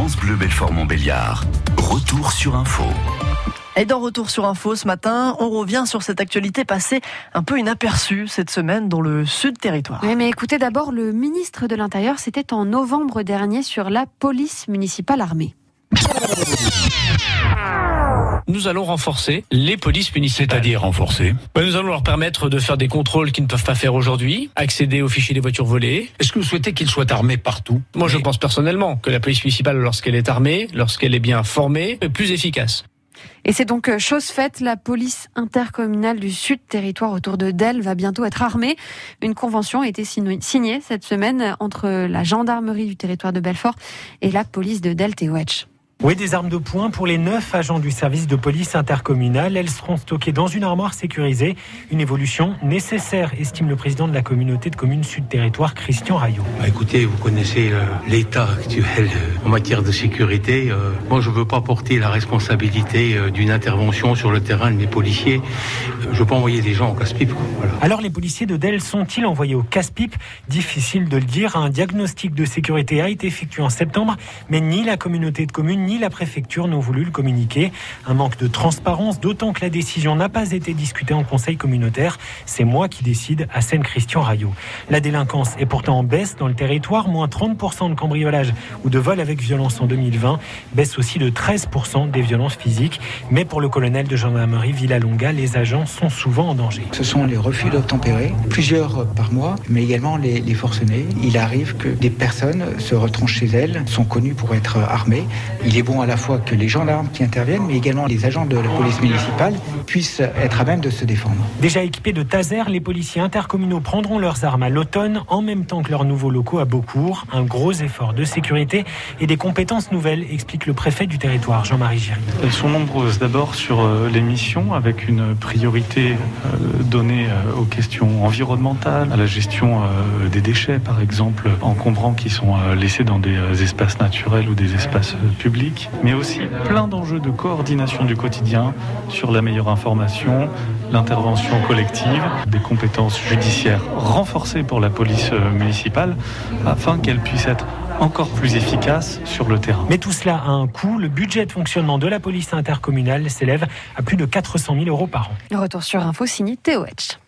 France Bleu Belfort-Montbéliard. Retour sur info. Et dans Retour sur Info ce matin, on revient sur cette actualité passée un peu inaperçue cette semaine dans le Sud Territoire. Oui, mais écoutez d'abord, le ministre de l'Intérieur, c'était en novembre dernier sur la police municipale armée. Nous allons renforcer les polices municipales. C'est-à-dire renforcer? Nous allons leur permettre de faire des contrôles qu'ils ne peuvent pas faire aujourd'hui, accéder aux fichiers des voitures volées. Est-ce que vous souhaitez qu'ils soient armés partout? Moi, je pense personnellement que la police municipale, lorsqu'elle est armée, lorsqu'elle est bien formée, est plus efficace. Et c'est donc chose faite, la police intercommunale du Sud Territoire autour de Delle va bientôt être armée. Une convention a été signée cette semaine entre la gendarmerie du territoire de Belfort et la police de Delle-Théouetch. Oui, des armes de poing pour les 9 agents du service de police intercommunal. Elles seront stockées dans une armoire sécurisée. Une évolution nécessaire, estime le président de la communauté de communes Sud Territoire, Christian Rayot. Écoutez, vous connaissez l'état actuel en matière de sécurité. Moi, je ne veux pas porter la responsabilité d'une intervention sur le terrain de mes policiers. Je ne veux pas envoyer des gens au casse-pipe. Voilà. Alors, les policiers de Delle sont-ils envoyés au casse-pipe? Difficile de le dire. Un diagnostic de sécurité a été effectué en septembre, mais ni la communauté de communes ni la préfecture n'ont voulu le communiquer. Un manque de transparence, d'autant que la décision n'a pas été discutée en conseil communautaire. C'est moi qui décide, assène Christian Rayot. La délinquance est pourtant en baisse dans le territoire, moins 30% de cambriolage ou de vol avec violence en 2020, baisse aussi de 13% des violences physiques. Mais pour le colonel de gendarmerie Villalonga, les agents sont souvent en danger. Ce sont les refus d'obtempérer, plusieurs par mois, mais également les forcenés. Il arrive que des personnes se retranchent chez elles, sont connues pour être armées. Il est bon à la fois que les gendarmes qui interviennent, mais également les agents de la police municipale puissent être à même de se défendre. Déjà équipés de tasers, les policiers intercommunaux prendront leurs armes à l'automne, en même temps que leurs nouveaux locaux à Beaucourt. Un gros effort de sécurité et des compétences nouvelles, explique le préfet du territoire, Jean-Marie Giry. Elles sont nombreuses. D'abord sur les missions, avec une priorité donnée aux questions environnementales, à la gestion des déchets, par exemple, encombrants qui sont laissés dans des espaces naturels ou des espaces publics, mais aussi plein d'enjeux de coordination du quotidien sur la meilleure information, l'intervention collective, des compétences judiciaires renforcées pour la police municipale afin qu'elle puisse être encore plus efficace sur le terrain. Mais tout cela a un coût. Le budget de fonctionnement de la police intercommunale s'élève à plus de 400 000 € par an. Le retour sur info signé Théouetch.